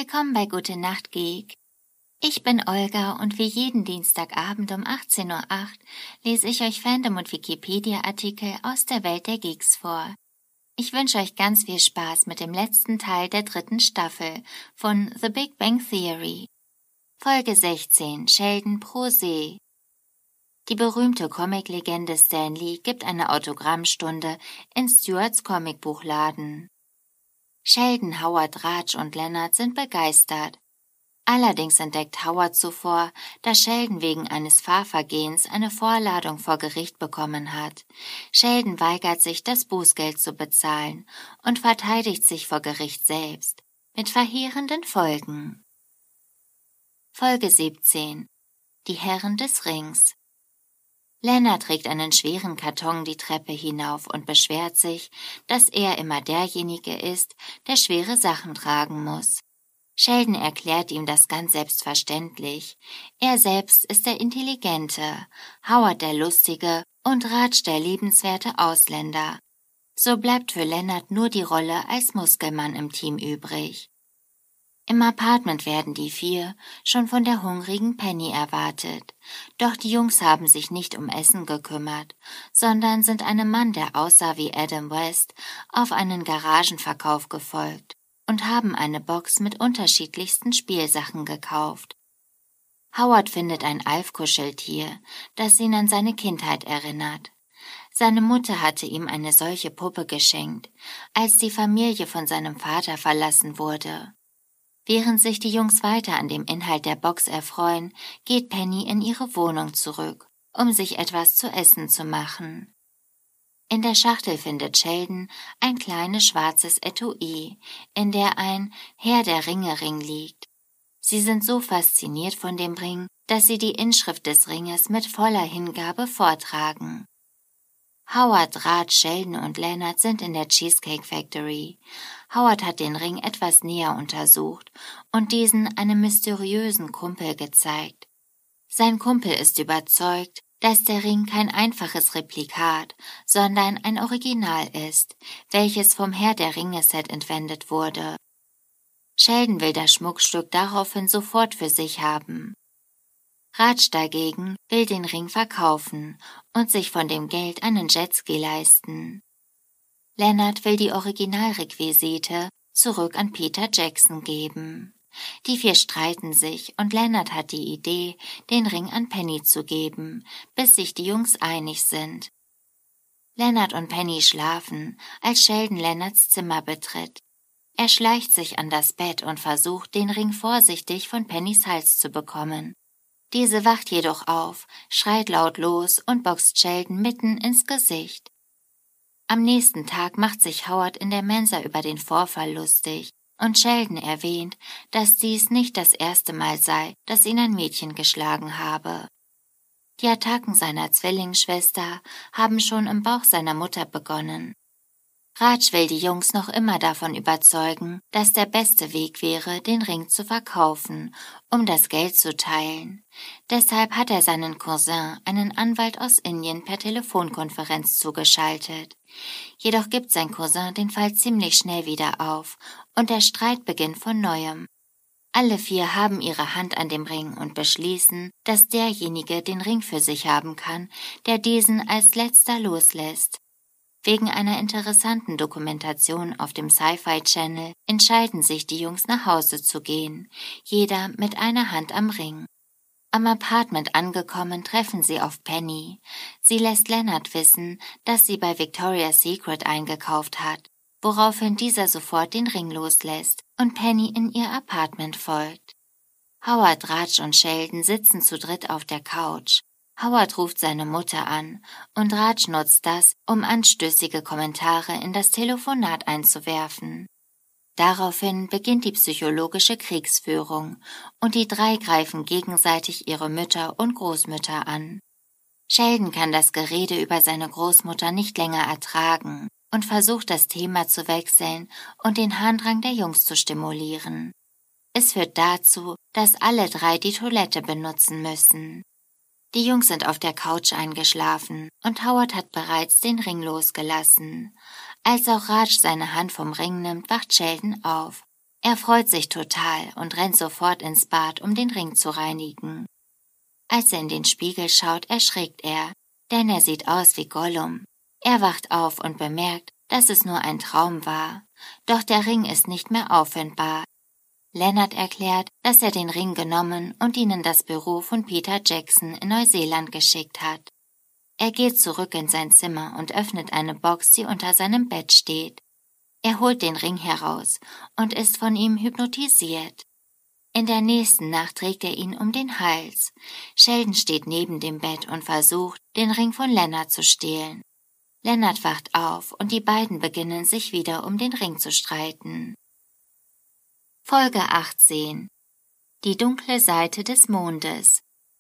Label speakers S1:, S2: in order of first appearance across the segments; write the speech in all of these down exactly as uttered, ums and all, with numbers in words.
S1: Willkommen bei Gute Nacht Geek. Ich bin Olga und wie jeden Dienstagabend um achtzehn Uhr acht lese ich euch Fandom- und Wikipedia-Artikel aus der Welt der Geeks vor. Ich wünsche euch ganz viel Spaß mit dem letzten Teil der dritten Staffel von The Big Bang Theory. Folge sechzehn, Sheldon pro se. Die berühmte Comic-Legende Stan Lee gibt eine Autogrammstunde in Stuarts Comicbuchladen. Sheldon, Howard, Raj und Leonard sind begeistert. Allerdings entdeckt Howard zuvor, dass Sheldon wegen eines Fahrvergehens eine Vorladung vor Gericht bekommen hat. Sheldon weigert sich, das Bußgeld zu bezahlen und verteidigt sich vor Gericht selbst, mit verheerenden Folgen. Folge siebzehn. Die Herren des Rings. Leonard trägt einen schweren Karton die Treppe hinauf und beschwert sich, dass er immer derjenige ist, der schwere Sachen tragen muss. Sheldon erklärt ihm das ganz selbstverständlich. Er selbst ist der Intelligente, Howard der Lustige und Raj der liebenswerte Ausländer. So bleibt für Leonard nur die Rolle als Muskelmann im Team übrig. Im Apartment werden die vier schon von der hungrigen Penny erwartet. Doch die Jungs haben sich nicht um Essen gekümmert, sondern sind einem Mann, der aussah wie Adam West, auf einen Garagenverkauf gefolgt und haben eine Box mit unterschiedlichsten Spielsachen gekauft. Howard findet ein Alf-Kuscheltier, das ihn an seine Kindheit erinnert. Seine Mutter hatte ihm eine solche Puppe geschenkt, als die Familie von seinem Vater verlassen wurde. Während sich die Jungs weiter an dem Inhalt der Box erfreuen, geht Penny in ihre Wohnung zurück, um sich etwas zu essen zu machen. In der Schachtel findet Sheldon ein kleines schwarzes Etui, in der ein Herr der Ringe-Ring liegt. Sie sind so fasziniert von dem Ring, dass sie die Inschrift des Ringes mit voller Hingabe vortragen. Howard, Raj, Sheldon und Leonard sind in der Cheesecake Factory. Howard hat den Ring etwas näher untersucht und diesen einem mysteriösen Kumpel gezeigt. Sein Kumpel ist überzeugt, dass der Ring kein einfaches Replikat, sondern ein Original ist, welches vom Herr der Ringe-Set entwendet wurde. Sheldon will das Schmuckstück daraufhin sofort für sich haben. Raj dagegen will den Ring verkaufen und sich von dem Geld einen Jetski leisten. Leonard will die Originalrequisite zurück an Peter Jackson geben. Die vier streiten sich und Leonard hat die Idee, den Ring an Penny zu geben, bis sich die Jungs einig sind. Leonard und Penny schlafen, als Sheldon Leonards Zimmer betritt. Er schleicht sich an das Bett und versucht, den Ring vorsichtig von Pennys Hals zu bekommen. Diese wacht jedoch auf, schreit laut los und boxt Sheldon mitten ins Gesicht. Am nächsten Tag macht sich Howard in der Mensa über den Vorfall lustig und Sheldon erwähnt, dass dies nicht das erste Mal sei, dass ihn ein Mädchen geschlagen habe. Die Attacken seiner Zwillingsschwester haben schon im Bauch seiner Mutter begonnen. Raj will die Jungs noch immer davon überzeugen, dass der beste Weg wäre, den Ring zu verkaufen, um das Geld zu teilen. Deshalb hat er seinen Cousin, einen Anwalt aus Indien, per Telefonkonferenz zugeschaltet. Jedoch gibt sein Cousin den Fall ziemlich schnell wieder auf und der Streit beginnt von neuem. Alle vier haben ihre Hand an dem Ring und beschließen, dass derjenige den Ring für sich haben kann, der diesen als letzter loslässt. Wegen einer interessanten Dokumentation auf dem Sci-Fi Channel entscheiden sich die Jungs, nach Hause zu gehen, jeder mit einer Hand am Ring. Am Apartment angekommen, treffen sie auf Penny. Sie lässt Leonard wissen, dass sie bei Victoria's Secret eingekauft hat, woraufhin dieser sofort den Ring loslässt und Penny in ihr Apartment folgt. Howard, Raj und Sheldon sitzen zu dritt auf der Couch. Howard ruft seine Mutter an und Raj nutzt das, um anstößige Kommentare in das Telefonat einzuwerfen. Daraufhin beginnt die psychologische Kriegsführung und die drei greifen gegenseitig ihre Mütter und Großmütter an. Sheldon kann das Gerede über seine Großmutter nicht länger ertragen und versucht, das Thema zu wechseln und den Harndrang der Jungs zu stimulieren. Es führt dazu, dass alle drei die Toilette benutzen müssen. Die Jungs sind auf der Couch eingeschlafen und Howard hat bereits den Ring losgelassen. Als auch Raj seine Hand vom Ring nimmt, wacht Sheldon auf. Er freut sich total und rennt sofort ins Bad, um den Ring zu reinigen. Als er in den Spiegel schaut, erschrickt er, denn er sieht aus wie Gollum. Er wacht auf und bemerkt, dass es nur ein Traum war, doch der Ring ist nicht mehr auffindbar. Leonard erklärt, dass er den Ring genommen und ihn in das Büro von Peter Jackson in Neuseeland geschickt hat. Er geht zurück in sein Zimmer und öffnet eine Box, die unter seinem Bett steht. Er holt den Ring heraus und ist von ihm hypnotisiert. In der nächsten Nacht trägt er ihn um den Hals. Sheldon steht neben dem Bett und versucht, den Ring von Leonard zu stehlen. Leonard wacht auf und die beiden beginnen sich wieder um den Ring zu streiten. Folge achtzehn. Die dunkle Seite des Mondes.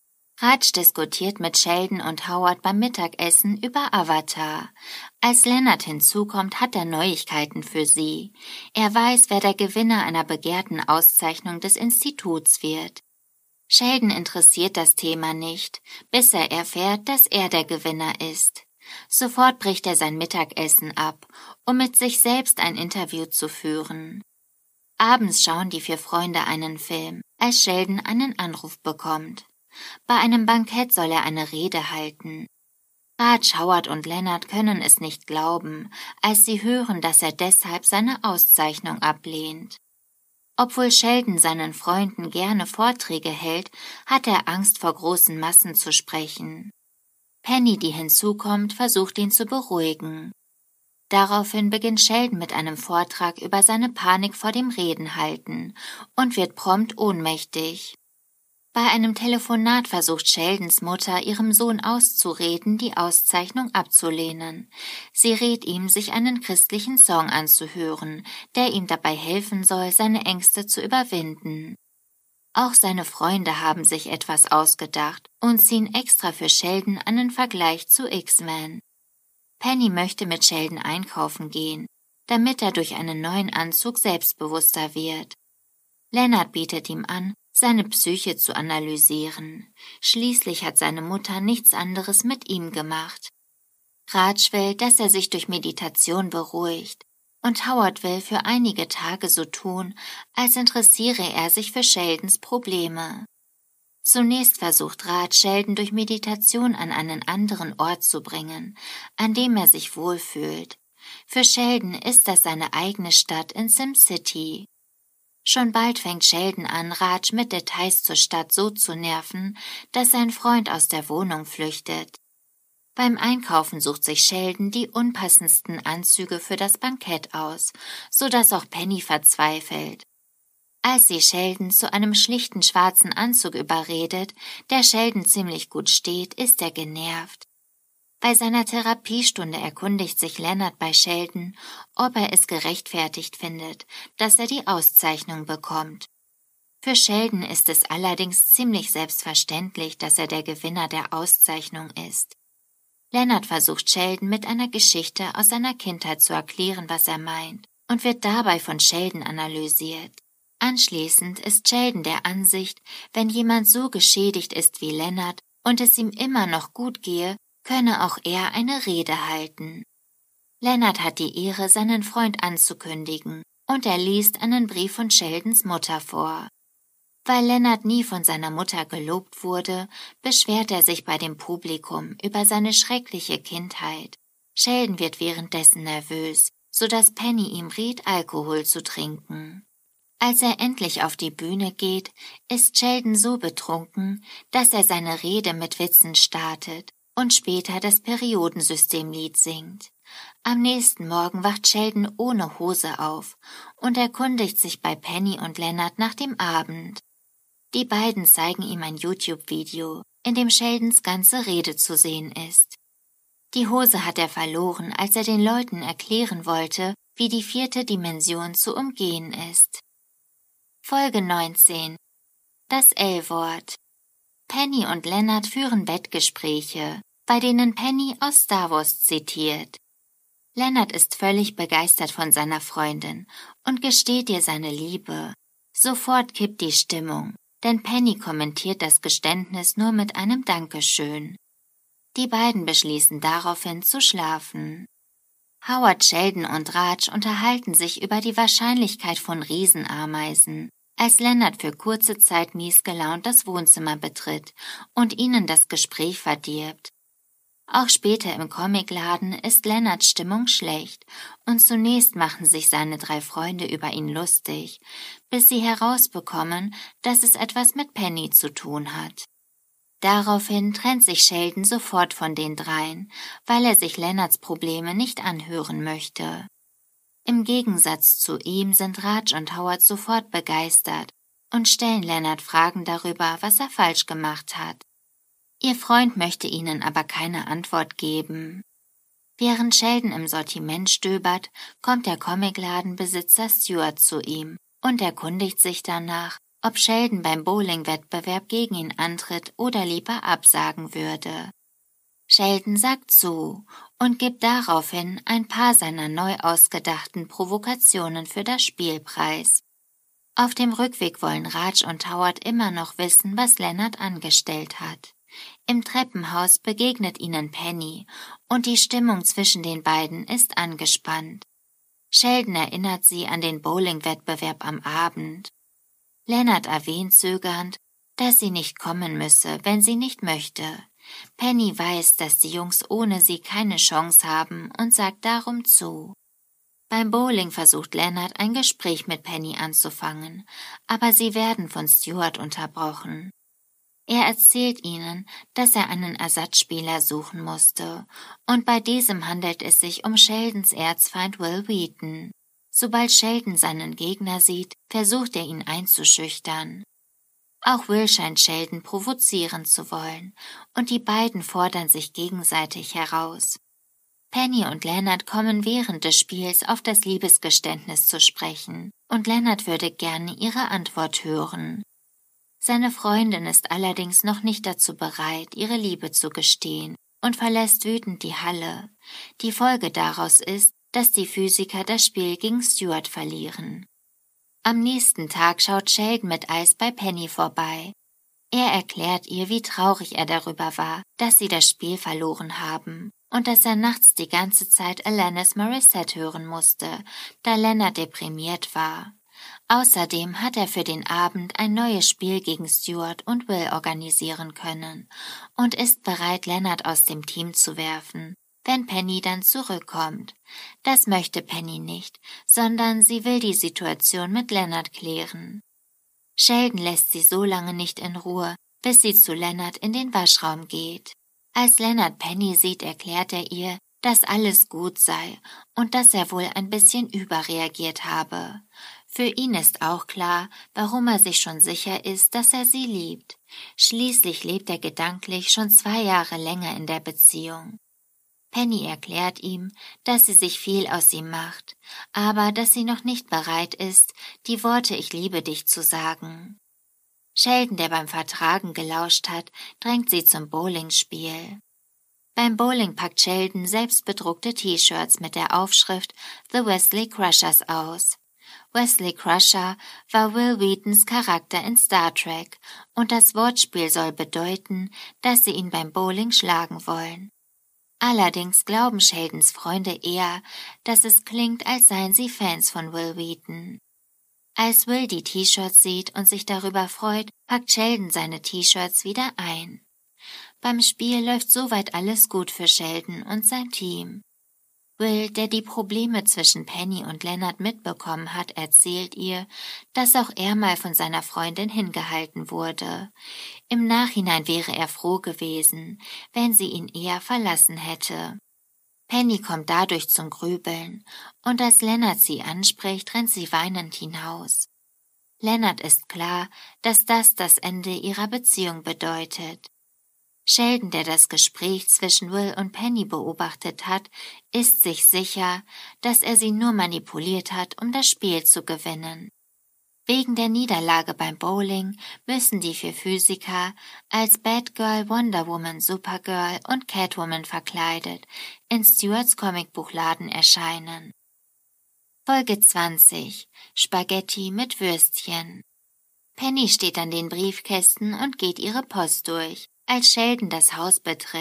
S1: Raj diskutiert mit Sheldon und Howard beim Mittagessen über Avatar. Als Leonard hinzukommt, hat er Neuigkeiten für sie. Er weiß, wer der Gewinner einer begehrten Auszeichnung des Instituts wird. Sheldon interessiert das Thema nicht, bis er erfährt, dass er der Gewinner ist. Sofort bricht er sein Mittagessen ab, um mit sich selbst ein Interview zu führen. Abends schauen die vier Freunde einen Film, als Sheldon einen Anruf bekommt. Bei einem Bankett soll er eine Rede halten. Raj, Howard und Leonard können es nicht glauben, als sie hören, dass er deshalb seine Auszeichnung ablehnt. Obwohl Sheldon seinen Freunden gerne Vorträge hält, hat er Angst, vor großen Massen zu sprechen. Penny, die hinzukommt, versucht ihn zu beruhigen. Daraufhin beginnt Sheldon mit einem Vortrag über seine Panik vor dem Redenhalten und wird prompt ohnmächtig. Bei einem Telefonat versucht Sheldons Mutter, ihrem Sohn auszureden, die Auszeichnung abzulehnen. Sie rät ihm, sich einen christlichen Song anzuhören, der ihm dabei helfen soll, seine Ängste zu überwinden. Auch seine Freunde haben sich etwas ausgedacht und ziehen extra für Sheldon einen Vergleich zu X-Men. Penny möchte mit Sheldon einkaufen gehen, damit er durch einen neuen Anzug selbstbewusster wird. Leonard bietet ihm an, seine Psyche zu analysieren. Schließlich hat seine Mutter nichts anderes mit ihm gemacht. Raj will, dass er sich durch Meditation beruhigt, und Howard will für einige Tage so tun, als interessiere er sich für Sheldons Probleme. Zunächst versucht Raj, Sheldon durch Meditation an einen anderen Ort zu bringen, an dem er sich wohlfühlt. Für Sheldon ist das seine eigene Stadt in SimCity. Schon bald fängt Sheldon an, Raj mit Details zur Stadt so zu nerven, dass sein Freund aus der Wohnung flüchtet. Beim Einkaufen sucht sich Sheldon die unpassendsten Anzüge für das Bankett aus, so dass auch Penny verzweifelt. Als sie Sheldon zu einem schlichten schwarzen Anzug überredet, der Sheldon ziemlich gut steht, ist er genervt. Bei seiner Therapiestunde erkundigt sich Leonard bei Sheldon, ob er es gerechtfertigt findet, dass er die Auszeichnung bekommt. Für Sheldon ist es allerdings ziemlich selbstverständlich, dass er der Gewinner der Auszeichnung ist. Leonard versucht Sheldon mit einer Geschichte aus seiner Kindheit zu erklären, was er meint, und wird dabei von Sheldon analysiert. Anschließend ist Sheldon der Ansicht, wenn jemand so geschädigt ist wie Leonard und es ihm immer noch gut gehe, könne auch er eine Rede halten. Leonard hat die Ehre, seinen Freund anzukündigen, und er liest einen Brief von Sheldons Mutter vor. Weil Leonard nie von seiner Mutter gelobt wurde, beschwert er sich bei dem Publikum über seine schreckliche Kindheit. Sheldon wird währenddessen nervös, so dass Penny ihm rät, Alkohol zu trinken. Als er endlich auf die Bühne geht, ist Sheldon so betrunken, dass er seine Rede mit Witzen startet und später das Periodensystemlied singt. Am nächsten Morgen wacht Sheldon ohne Hose auf und erkundigt sich bei Penny und Leonard nach dem Abend. Die beiden zeigen ihm ein YouTube-Video, in dem Sheldons ganze Rede zu sehen ist. Die Hose hat er verloren, als er den Leuten erklären wollte, wie die vierte Dimension zu umgehen ist. Folge neunzehn. Das L-Wort. Penny und Leonard führen Bettgespräche, bei denen Penny aus Star Wars zitiert. Leonard ist völlig begeistert von seiner Freundin und gesteht ihr seine Liebe. Sofort kippt die Stimmung, denn Penny kommentiert das Geständnis nur mit einem Dankeschön. Die beiden beschließen daraufhin zu schlafen. Howard, Sheldon und Raj unterhalten sich über die Wahrscheinlichkeit von Riesenameisen, als Leonard für kurze Zeit miesgelaunt das Wohnzimmer betritt und ihnen das Gespräch verdirbt. Auch später im Comicladen ist Leonards Stimmung schlecht und zunächst machen sich seine drei Freunde über ihn lustig, bis sie herausbekommen, dass es etwas mit Penny zu tun hat. Daraufhin trennt sich Sheldon sofort von den dreien, weil er sich Leonards Probleme nicht anhören möchte. Im Gegensatz zu ihm sind Raj und Howard sofort begeistert und stellen Leonard Fragen darüber, was er falsch gemacht hat. Ihr Freund möchte ihnen aber keine Antwort geben. Während Sheldon im Sortiment stöbert, kommt der Comicladenbesitzer Stuart zu ihm und erkundigt sich danach, ob Sheldon beim Bowling-Wettbewerb gegen ihn antritt oder lieber absagen würde. Sheldon sagt zu und gibt daraufhin ein paar seiner neu ausgedachten Provokationen für das Spiel preis. Auf dem Rückweg wollen Raj und Howard immer noch wissen, was Leonard angestellt hat. Im Treppenhaus begegnet ihnen Penny und die Stimmung zwischen den beiden ist angespannt. Sheldon erinnert sie an den Bowling-Wettbewerb am Abend. Leonard erwähnt zögernd, dass sie nicht kommen müsse, wenn sie nicht möchte. Penny weiß, dass die Jungs ohne sie keine Chance haben und sagt darum zu. Beim Bowling versucht Leonard ein Gespräch mit Penny anzufangen, aber sie werden von Stuart unterbrochen. Er erzählt ihnen, dass er einen Ersatzspieler suchen musste, und bei diesem handelt es sich um Sheldons Erzfeind Wil Wheaton. Sobald Sheldon seinen Gegner sieht, versucht er ihn einzuschüchtern. Auch Will scheint Sheldon provozieren zu wollen, und die beiden fordern sich gegenseitig heraus. Penny und Leonard kommen während des Spiels auf das Liebesgeständnis zu sprechen, und Leonard würde gerne ihre Antwort hören. Seine Freundin ist allerdings noch nicht dazu bereit, ihre Liebe zu gestehen, und verlässt wütend die Halle. Die Folge daraus ist, dass die Physiker das Spiel gegen Stuart verlieren. Am nächsten Tag schaut Sheldon mit Eis bei Penny vorbei. Er erklärt ihr, wie traurig er darüber war, dass sie das Spiel verloren haben und dass er nachts die ganze Zeit Alanis Morissette hören musste, da Leonard deprimiert war. Außerdem hat er für den Abend ein neues Spiel gegen Stuart und Will organisieren können und ist bereit, Leonard aus dem Team zu werfen, wenn Penny dann zurückkommt. Das möchte Penny nicht, sondern sie will die Situation mit Leonard klären. Sheldon lässt sie so lange nicht in Ruhe, bis sie zu Leonard in den Waschraum geht. Als Leonard Penny sieht, erklärt er ihr, dass alles gut sei und dass er wohl ein bisschen überreagiert habe. Für ihn ist auch klar, warum er sich schon sicher ist, dass er sie liebt. Schließlich lebt er gedanklich schon zwei Jahre länger in der Beziehung. Penny erklärt ihm, dass sie sich viel aus ihm macht, aber dass sie noch nicht bereit ist, die Worte »Ich liebe dich« zu sagen. Sheldon, der beim Vertragen gelauscht hat, drängt sie zum Bowlingspiel. Beim Bowling packt Sheldon selbstbedruckte T-Shirts mit der Aufschrift The Wesley Crushers aus. Wesley Crusher war Wil Wheatons Charakter in Star Trek und das Wortspiel soll bedeuten, dass sie ihn beim Bowling schlagen wollen. Allerdings glauben Sheldons Freunde eher, dass es klingt, als seien sie Fans von Wil Wheaton. Als Will die T-Shirts sieht und sich darüber freut, packt Sheldon seine T-Shirts wieder ein. Beim Spiel läuft soweit alles gut für Sheldon und sein Team. Will, der die Probleme zwischen Penny und Leonard mitbekommen hat, erzählt ihr, dass auch er mal von seiner Freundin hingehalten wurde. Im Nachhinein wäre er froh gewesen, wenn sie ihn eher verlassen hätte. Penny kommt dadurch zum Grübeln, und als Leonard sie anspricht, rennt sie weinend hinaus. Leonard ist klar, dass das das Ende ihrer Beziehung bedeutet. Sheldon, der das Gespräch zwischen Will und Penny beobachtet hat, ist sich sicher, dass er sie nur manipuliert hat, um das Spiel zu gewinnen. Wegen der Niederlage beim Bowling müssen die vier Physiker als Batgirl, Wonder Woman, Supergirl und Catwoman verkleidet in Stuarts Comicbuchladen erscheinen. Folge zwanzig. Spaghetti mit Würstchen. Penny steht an den Briefkästen und geht ihre Post durch, als Sheldon das Haus betritt.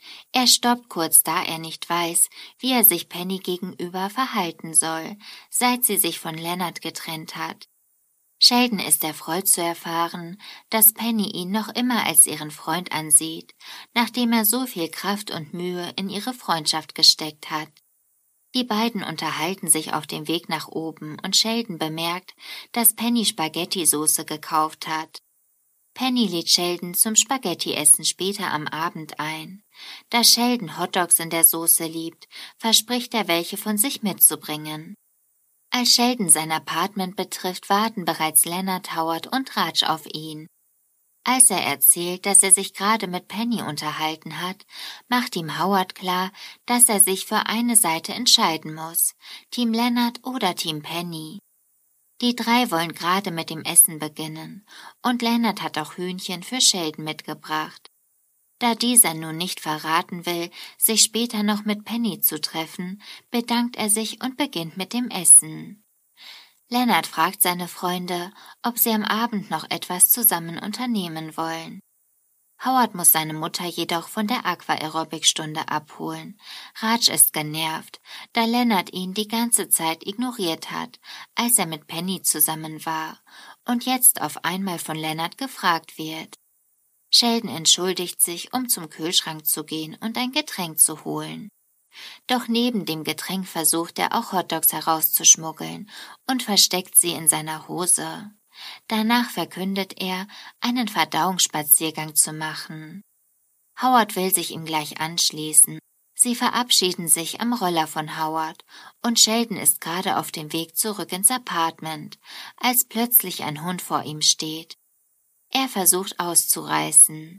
S1: Er stoppt kurz, da er nicht weiß, wie er sich Penny gegenüber verhalten soll, seit sie sich von Leonard getrennt hat. Sheldon ist erfreut zu erfahren, dass Penny ihn noch immer als ihren Freund ansieht, nachdem er so viel Kraft und Mühe in ihre Freundschaft gesteckt hat. Die beiden unterhalten sich auf dem Weg nach oben und Sheldon bemerkt, dass Penny Spaghetti-Soße gekauft hat. Penny lädt Sheldon zum Spaghetti-Essen später am Abend ein. Da Sheldon Hotdogs in der Soße liebt, verspricht er, welche von sich mitzubringen. Als Sheldon sein Apartment betrifft, warten bereits Leonard, Howard und Raj auf ihn. Als er erzählt, dass er sich gerade mit Penny unterhalten hat, macht ihm Howard klar, dass er sich für eine Seite entscheiden muss, Team Leonard oder Team Penny. Die drei wollen gerade mit dem Essen beginnen, und Leonard hat auch Hühnchen für Sheldon mitgebracht. Da dieser nun nicht verraten will, sich später noch mit Penny zu treffen, bedankt er sich und beginnt mit dem Essen. Leonard fragt seine Freunde, ob sie am Abend noch etwas zusammen unternehmen wollen. Howard muss seine Mutter jedoch von der Aqua-Aerobic-Stunde abholen. Raj ist genervt, da Leonard ihn die ganze Zeit ignoriert hat, als er mit Penny zusammen war und jetzt auf einmal von Leonard gefragt wird. Sheldon entschuldigt sich, um zum Kühlschrank zu gehen und ein Getränk zu holen. Doch neben dem Getränk versucht er auch Hotdogs herauszuschmuggeln und versteckt sie in seiner Hose. Danach verkündet er, einen Verdauungsspaziergang zu machen. Howard will sich ihm gleich anschließen. Sie verabschieden sich am Roller von Howard und Sheldon ist gerade auf dem Weg zurück ins Apartment, als plötzlich ein Hund vor ihm steht. Er versucht auszureißen.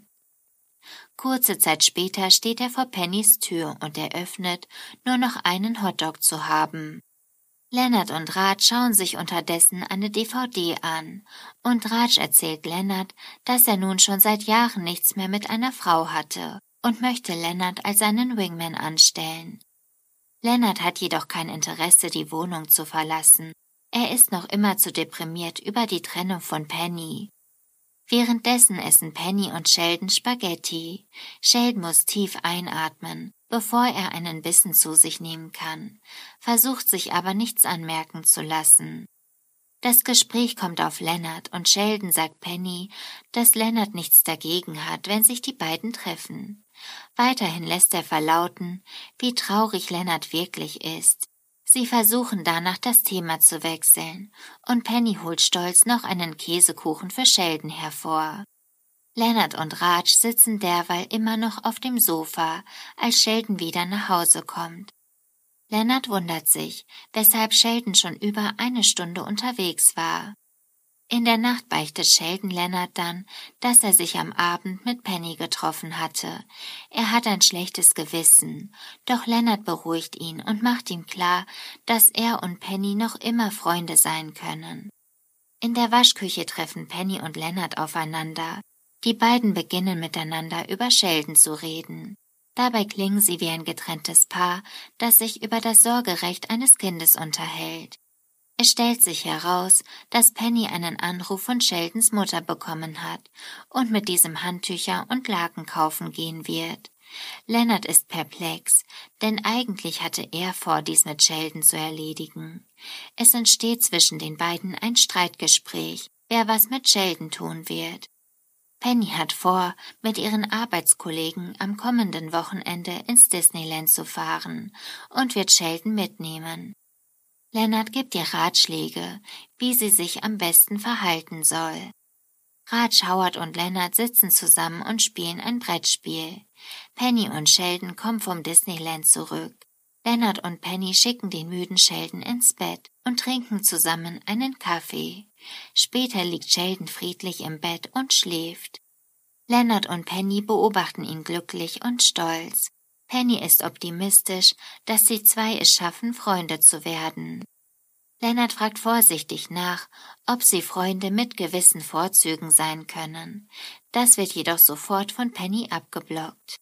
S1: Kurze Zeit später steht er vor Pennys Tür und eröffnet, nur noch einen Hotdog zu haben. Leonard und Raj schauen sich unterdessen eine D V D an und Raj erzählt Leonard, dass er nun schon seit Jahren nichts mehr mit einer Frau hatte und möchte Leonard als seinen Wingman anstellen. Leonard hat jedoch kein Interesse, die Wohnung zu verlassen. Er ist noch immer zu deprimiert über die Trennung von Penny. Währenddessen essen Penny und Sheldon Spaghetti. Sheldon muss tief einatmen, bevor er einen Bissen zu sich nehmen kann, versucht sich aber nichts anmerken zu lassen. Das Gespräch kommt auf Leonard und Sheldon sagt Penny, dass Leonard nichts dagegen hat, wenn sich die beiden treffen. Weiterhin lässt er verlauten, wie traurig Leonard wirklich ist. Sie versuchen danach das Thema zu wechseln und Penny holt stolz noch einen Käsekuchen für Sheldon hervor. Leonard und Raj sitzen derweil immer noch auf dem Sofa, als Sheldon wieder nach Hause kommt. Leonard wundert sich, weshalb Sheldon schon über eine Stunde unterwegs war. In der Nacht beichtet Sheldon Leonard dann, dass er sich am Abend mit Penny getroffen hatte. Er hat ein schlechtes Gewissen, doch Leonard beruhigt ihn und macht ihm klar, dass er und Penny noch immer Freunde sein können. In der Waschküche treffen Penny und Leonard aufeinander. Die beiden beginnen miteinander über Sheldon zu reden. Dabei klingen sie wie ein getrenntes Paar, das sich über das Sorgerecht eines Kindes unterhält. Es stellt sich heraus, dass Penny einen Anruf von Sheldons Mutter bekommen hat und mit diesem Handtücher und Laken kaufen gehen wird. Leonard ist perplex, denn eigentlich hatte er vor, dies mit Sheldon zu erledigen. Es entsteht zwischen den beiden ein Streitgespräch, wer was mit Sheldon tun wird. Penny hat vor, mit ihren Arbeitskollegen am kommenden Wochenende ins Disneyland zu fahren und wird Sheldon mitnehmen. Leonard gibt ihr Ratschläge, wie sie sich am besten verhalten soll. Raj, Howard und Leonard sitzen zusammen und spielen ein Brettspiel. Penny und Sheldon kommen vom Disneyland zurück. Leonard und Penny schicken den müden Sheldon ins Bett und trinken zusammen einen Kaffee. Später liegt Sheldon friedlich im Bett und schläft. Leonard und Penny beobachten ihn glücklich und stolz. Penny ist optimistisch, dass die zwei es schaffen, Freunde zu werden. Leonard fragt vorsichtig nach, ob sie Freunde mit gewissen Vorzügen sein können. Das wird jedoch sofort von Penny abgeblockt.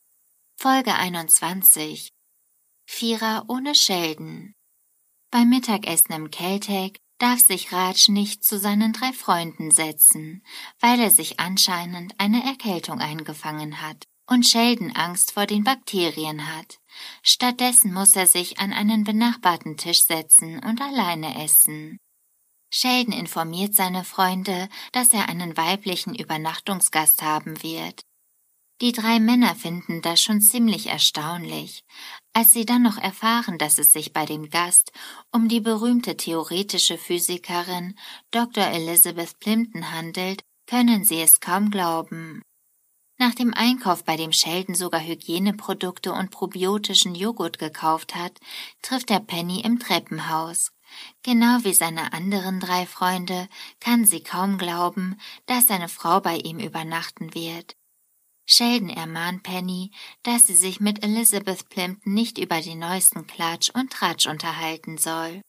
S1: Folge einundzwanzig. Vierer ohne Sheldon. Beim Mittagessen im Caltech darf sich Raj nicht zu seinen drei Freunden setzen, weil er sich anscheinend eine Erkältung eingefangen hat und Sheldon Angst vor den Bakterien hat. Stattdessen muss er sich an einen benachbarten Tisch setzen und alleine essen. Sheldon informiert seine Freunde, dass er einen weiblichen Übernachtungsgast haben wird. Die drei Männer finden das schon ziemlich erstaunlich. Als sie dann noch erfahren, dass es sich bei dem Gast um die berühmte theoretische Physikerin Doktor Elizabeth Plimpton handelt, können sie es kaum glauben. Nach dem Einkauf, bei dem Sheldon sogar Hygieneprodukte und probiotischen Joghurt gekauft hat, trifft er Penny im Treppenhaus. Genau wie seine anderen drei Freunde kann sie kaum glauben, dass seine Frau bei ihm übernachten wird. Sheldon ermahnt Penny, dass sie sich mit Elizabeth Plimpton nicht über den neuesten Klatsch und Tratsch unterhalten soll.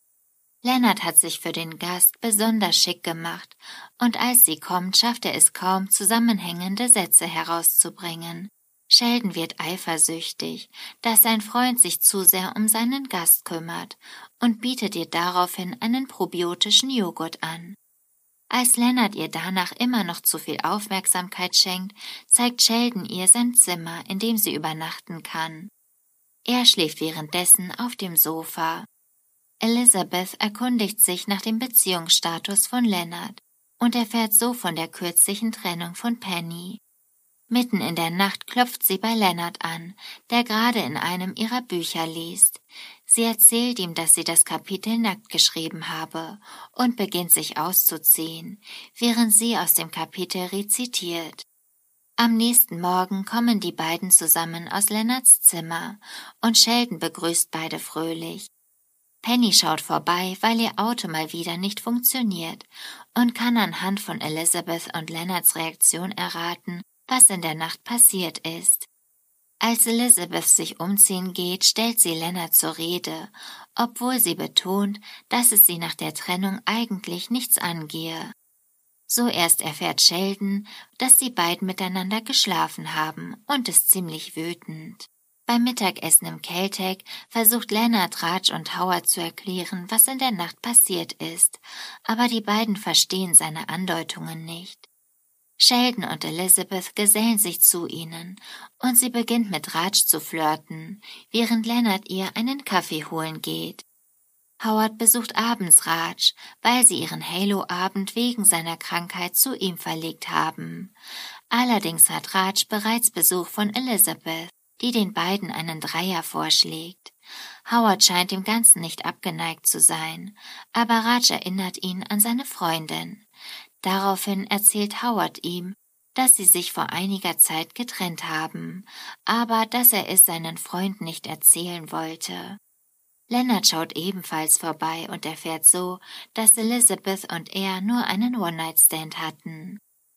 S1: Leonard hat sich für den Gast besonders schick gemacht, und als sie kommt, schafft er es kaum, zusammenhängende Sätze herauszubringen. Sheldon wird eifersüchtig, dass sein Freund sich zu sehr um seinen Gast kümmert, und bietet ihr daraufhin einen probiotischen Joghurt an. Als Leonard ihr danach immer noch zu viel Aufmerksamkeit schenkt, zeigt Sheldon ihr sein Zimmer, in dem sie übernachten kann. Er schläft währenddessen auf dem Sofa. Elizabeth erkundigt sich nach dem Beziehungsstatus von Leonard und erfährt so von der kürzlichen Trennung von Penny. Mitten in der Nacht klopft sie bei Leonard an, der gerade in einem ihrer Bücher liest. Sie erzählt ihm, dass sie das Kapitel nackt geschrieben habe und beginnt sich auszuziehen, während sie aus dem Kapitel rezitiert. Am nächsten Morgen kommen die beiden zusammen aus Leonards Zimmer und Sheldon begrüßt beide fröhlich. Penny schaut vorbei, weil ihr Auto mal wieder nicht funktioniert und kann anhand von Elizabeth und Leonards Reaktion erraten, was in der Nacht passiert ist. Als Elizabeth sich umziehen geht, stellt sie Leonard zur Rede, obwohl sie betont, dass es sie nach der Trennung eigentlich nichts angehe. So erst erfährt Sheldon, dass die beiden miteinander geschlafen haben und ist ziemlich wütend. Beim Mittagessen im Caltech versucht Leonard Raj und Howard zu erklären, was in der Nacht passiert ist, aber die beiden verstehen seine Andeutungen nicht. Sheldon und Elizabeth gesellen sich zu ihnen und sie beginnt mit Raj zu flirten, während Leonard ihr einen Kaffee holen geht. Howard besucht abends Raj, weil sie ihren Halo-Abend wegen seiner Krankheit zu ihm verlegt haben. Allerdings hat Raj bereits Besuch von Elizabeth, die den beiden einen Dreier vorschlägt. Howard scheint dem Ganzen nicht abgeneigt zu sein, aber Raj erinnert ihn an seine Freundin. Daraufhin erzählt Howard ihm, dass sie sich vor einiger Zeit getrennt haben, aber dass er es seinen Freund nicht erzählen wollte. Leonard schaut ebenfalls vorbei und erfährt so, dass Elizabeth und er nur einen One-Night-Stand hatten.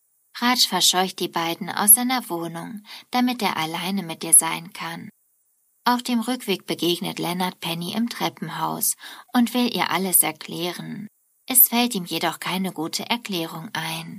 S1: Raj verscheucht die beiden aus seiner Wohnung, damit er alleine mit ihr sein kann. Auf dem Rückweg begegnet Leonard Penny im Treppenhaus und will ihr alles erklären. Es fällt ihm jedoch keine gute Erklärung ein.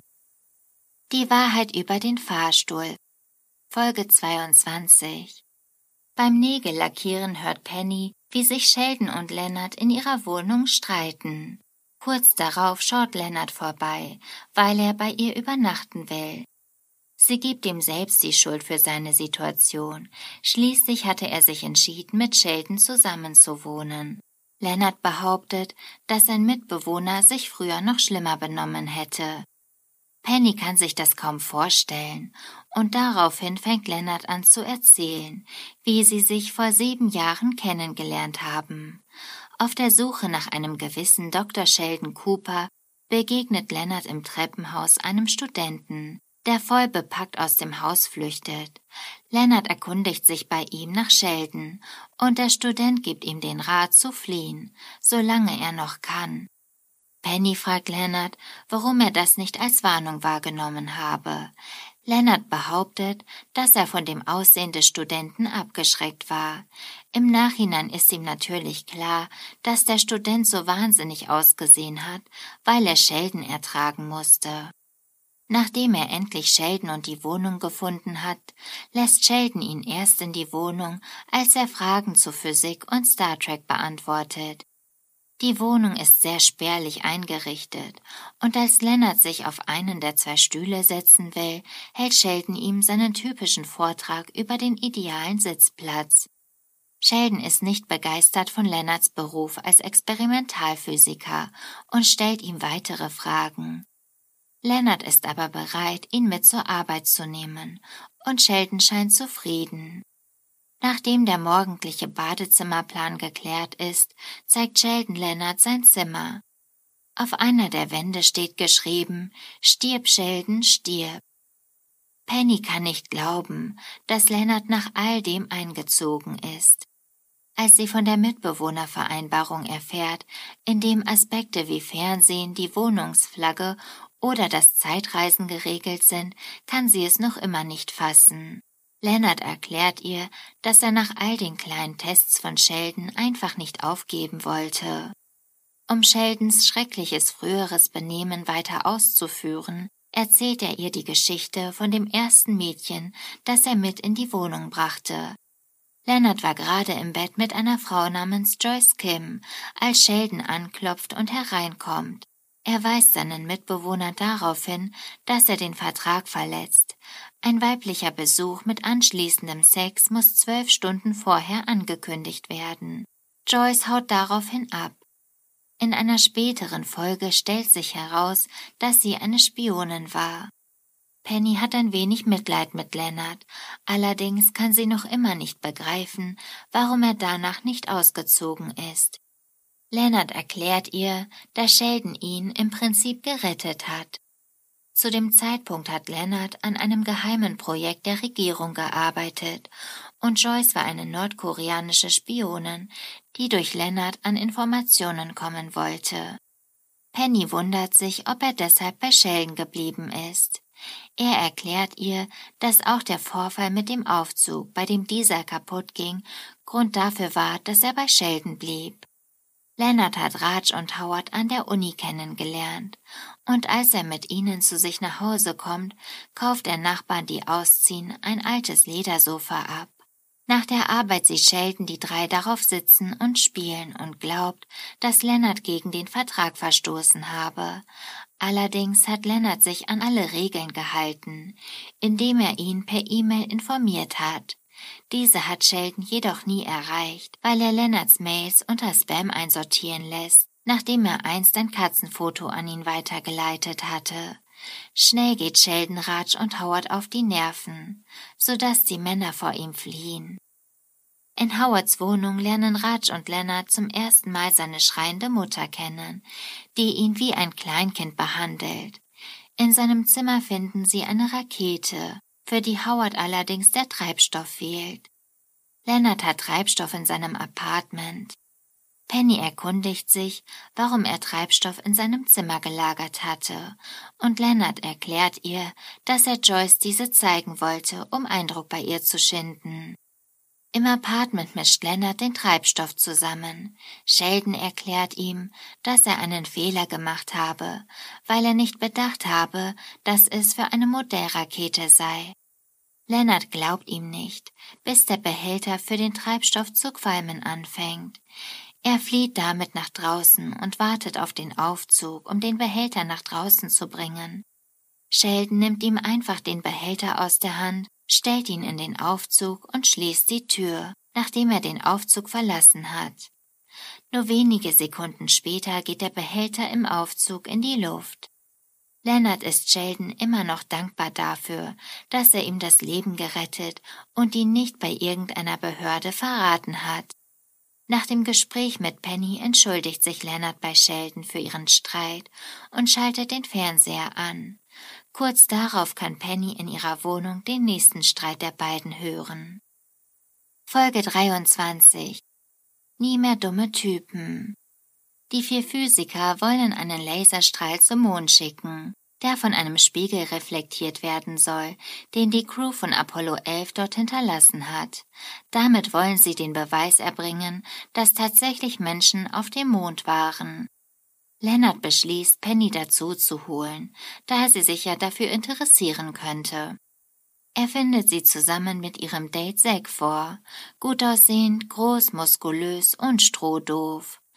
S1: Die Wahrheit über den Fahrstuhl. Folge zweiundzwanzig. Beim Nägellackieren hört Penny, wie sich Sheldon und Leonard in ihrer Wohnung streiten. Kurz darauf schaut Leonard vorbei, weil er bei ihr übernachten will. Sie gibt ihm selbst die Schuld für seine Situation. Schließlich hatte er sich entschieden, mit Sheldon zusammenzuwohnen. Leonard behauptet, dass sein Mitbewohner sich früher noch schlimmer benommen hätte. Penny kann sich das kaum vorstellen, und daraufhin fängt Leonard an zu erzählen, wie sie sich vor sieben Jahren kennengelernt haben. Auf der Suche nach einem gewissen Doktor Sheldon Cooper begegnet Leonard im Treppenhaus einem Studenten, der voll bepackt aus dem Haus flüchtet. Leonard erkundigt sich bei ihm nach Sheldon, und der Student gibt ihm den Rat zu fliehen, solange er noch kann. Penny fragt Leonard, warum er das nicht als Warnung wahrgenommen habe. Leonard behauptet, dass er von dem Aussehen des Studenten abgeschreckt war. Im Nachhinein ist ihm natürlich klar, dass der Student so wahnsinnig ausgesehen hat, weil er Sheldon ertragen musste. Nachdem er endlich Sheldon und die Wohnung gefunden hat, lässt Sheldon ihn erst in die Wohnung, als er Fragen zu Physik und Star Trek beantwortet. Die Wohnung ist sehr spärlich eingerichtet, und als Leonard sich auf einen der zwei Stühle setzen will, hält Sheldon ihm seinen typischen Vortrag über den idealen Sitzplatz. Sheldon ist nicht begeistert von Leonards Beruf als Experimentalphysiker und stellt ihm weitere Fragen. Leonard ist aber bereit, ihn mit zur Arbeit zu nehmen, und Sheldon scheint zufrieden. Nachdem der morgendliche Badezimmerplan geklärt ist, zeigt Sheldon Leonard sein Zimmer. Auf einer der Wände steht geschrieben: »Stirb, Sheldon, stirb.« Penny kann nicht glauben, dass Leonard nach all dem eingezogen ist. Als sie von der Mitbewohnervereinbarung erfährt, in dem Aspekte wie Fernsehen, die Wohnungsflagge oder das Zeitreisen geregelt sind, kann sie es noch immer nicht fassen. Leonard erklärt ihr, dass er nach all den kleinen Tests von Sheldon einfach nicht aufgeben wollte. Um Sheldons schreckliches früheres Benehmen weiter auszuführen, erzählt er ihr die Geschichte von dem ersten Mädchen, das er mit in die Wohnung brachte. Leonard war gerade im Bett mit einer Frau namens Joyce Kim, als Sheldon anklopft und hereinkommt. Er weist seinen Mitbewohner darauf hin, dass er den Vertrag verletzt. Ein weiblicher Besuch mit anschließendem Sex muss zwölf Stunden vorher angekündigt werden. Joyce haut daraufhin ab. In einer späteren Folge stellt sich heraus, dass sie eine Spionin war. Penny hat ein wenig Mitleid mit Leonard, allerdings kann sie noch immer nicht begreifen, warum er danach nicht ausgezogen ist. Leonard erklärt ihr, dass Sheldon ihn im Prinzip gerettet hat. Zu dem Zeitpunkt hat Leonard an einem geheimen Projekt der Regierung gearbeitet und Joyce war eine nordkoreanische Spionin, die durch Leonard an Informationen kommen wollte. Penny wundert sich, ob er deshalb bei Sheldon geblieben ist. Er erklärt ihr, dass auch der Vorfall mit dem Aufzug, bei dem dieser kaputt ging, Grund dafür war, dass er bei Sheldon blieb. Leonard hat Raj und Howard an der Uni kennengelernt, und als er mit ihnen zu sich nach Hause kommt, kauft er Nachbarn, die ausziehen, ein altes Ledersofa ab. Nach der Arbeit sieht Sheldon die drei darauf sitzen und spielen und glaubt, dass Leonard gegen den Vertrag verstoßen habe. Allerdings hat Leonard sich an alle Regeln gehalten, indem er ihn per E-Mail informiert hat. Diese hat Sheldon jedoch nie erreicht, weil er Leonards Mails unter Spam einsortieren lässt, nachdem er einst ein Katzenfoto an ihn weitergeleitet hatte. Schnell geht Sheldon Raj und Howard auf die Nerven, sodass die Männer vor ihm fliehen. In Howards Wohnung lernen Raj und Leonard zum ersten Mal seine schreiende Mutter kennen, die ihn wie ein Kleinkind behandelt. In seinem Zimmer finden sie eine Rakete, für die Howard allerdings der Treibstoff fehlt. Leonard hat Treibstoff in seinem Apartment. Penny erkundigt sich, warum er Treibstoff in seinem Zimmer gelagert hatte, und Leonard erklärt ihr, dass er Joyce diese zeigen wollte, um Eindruck bei ihr zu schinden. Im Apartment mischt Leonard den Treibstoff zusammen. Sheldon erklärt ihm, dass er einen Fehler gemacht habe, weil er nicht bedacht habe, dass es für eine Modellrakete sei. Leonard glaubt ihm nicht, bis der Behälter für den Treibstoff zu qualmen anfängt. Er flieht damit nach draußen und wartet auf den Aufzug, um den Behälter nach draußen zu bringen. Sheldon nimmt ihm einfach den Behälter aus der Hand, stellt ihn in den Aufzug und schließt die Tür, nachdem er den Aufzug verlassen hat. Nur wenige Sekunden später geht der Behälter im Aufzug in die Luft. Leonard ist Sheldon immer noch dankbar dafür, dass er ihm das Leben gerettet und ihn nicht bei irgendeiner Behörde verraten hat. Nach dem Gespräch mit Penny entschuldigt sich Leonard bei Sheldon für ihren Streit und schaltet den Fernseher an. Kurz darauf kann Penny in ihrer Wohnung den nächsten Streit der beiden hören. Folge dreiundzwanzig. Nie mehr dumme Typen. Die vier Physiker wollen einen Laserstrahl zum Mond schicken, der von einem Spiegel reflektiert werden soll, den die Crew von Apollo elf dort hinterlassen hat. Damit wollen sie den Beweis erbringen, dass tatsächlich Menschen auf dem Mond waren. Leonard beschließt, Penny dazu zu holen, da er sie sich ja dafür interessieren könnte. Er findet sie zusammen mit ihrem Date Zack vor, gut aussehend, groß, muskulös und strohdoof.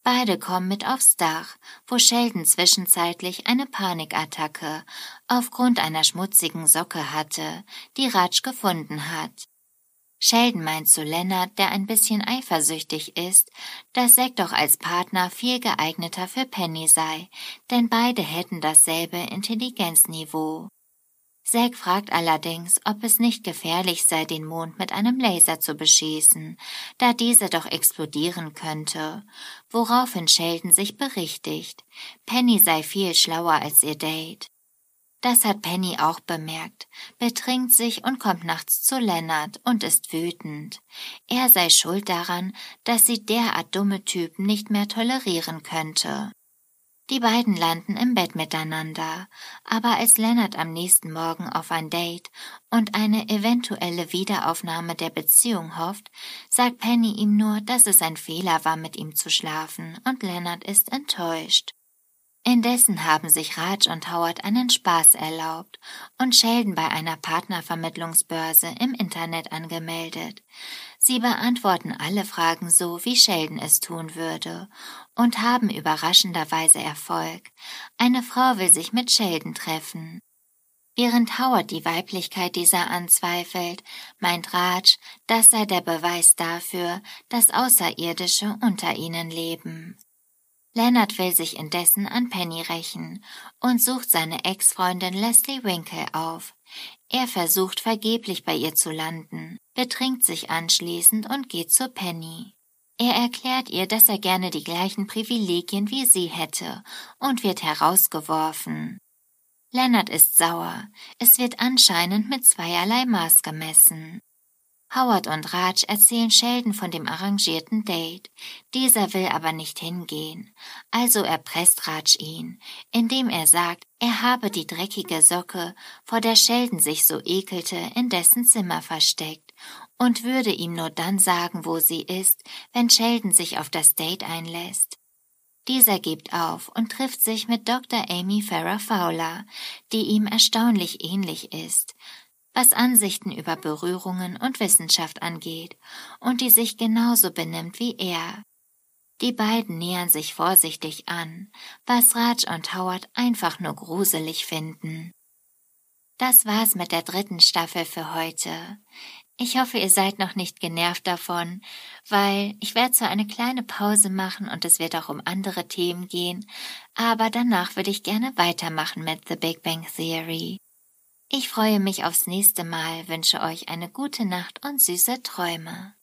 S1: Beide kommen mit aufs Dach, wo Sheldon zwischenzeitlich eine Panikattacke aufgrund einer schmutzigen Socke hatte, die Raj gefunden hat. Sheldon meint zu Leonard, der ein bisschen eifersüchtig ist, dass Zack doch als Partner viel geeigneter für Penny sei, denn beide hätten dasselbe Intelligenzniveau. Zack fragt allerdings, ob es nicht gefährlich sei, den Mond mit einem Laser zu beschießen, da dieser doch explodieren könnte, woraufhin Sheldon sich berichtigt, Penny sei viel schlauer als ihr Date. Das hat Penny auch bemerkt, betrinkt sich und kommt nachts zu Leonard und ist wütend. Er sei schuld daran, dass sie derart dumme Typen nicht mehr tolerieren könnte. Die beiden landen im Bett miteinander, aber als Leonard am nächsten Morgen auf ein Date und eine eventuelle Wiederaufnahme der Beziehung hofft, sagt Penny ihm nur, dass es ein Fehler war, mit ihm zu schlafen, und Leonard ist enttäuscht. Indessen haben sich Raj und Howard einen Spaß erlaubt und Sheldon bei einer Partnervermittlungsbörse im Internet angemeldet. Sie beantworten alle Fragen so, wie Sheldon es tun würde, und haben überraschenderweise Erfolg. Eine Frau will sich mit Sheldon treffen. Während Howard die Weiblichkeit dieser anzweifelt, meint Raj, das sei der Beweis dafür, dass Außerirdische unter ihnen leben. Leonard will sich indessen an Penny rächen und sucht seine Ex-Freundin Leslie Winkle auf. Er versucht vergeblich bei ihr zu landen, betrinkt sich anschließend und geht zu Penny. Er erklärt ihr, dass er gerne die gleichen Privilegien wie sie hätte und wird herausgeworfen. Leonard ist sauer. Es wird anscheinend mit zweierlei Maß gemessen. Howard und Raj erzählen Sheldon von dem arrangierten Date. Dieser will aber nicht hingehen. Also erpresst Raj ihn, indem er sagt, er habe die dreckige Socke, vor der Sheldon sich so ekelte, in dessen Zimmer versteckt und würde ihm nur dann sagen, wo sie ist, wenn Sheldon sich auf das Date einlässt. Dieser gibt auf und trifft sich mit Doktor Amy Farrah Fowler, die ihm erstaunlich ähnlich ist, was Ansichten über Berührungen und Wissenschaft angeht und die sich genauso benimmt wie er. Die beiden nähern sich vorsichtig an, was Raj und Howard einfach nur gruselig finden. Das war's mit der dritten Staffel für heute. Ich hoffe, ihr seid noch nicht genervt davon, weil ich werde zwar eine kleine Pause machen und es wird auch um andere Themen gehen, aber danach würde ich gerne weitermachen mit The Big Bang Theory. Ich freue mich aufs nächste Mal, wünsche euch eine gute Nacht und süße Träume.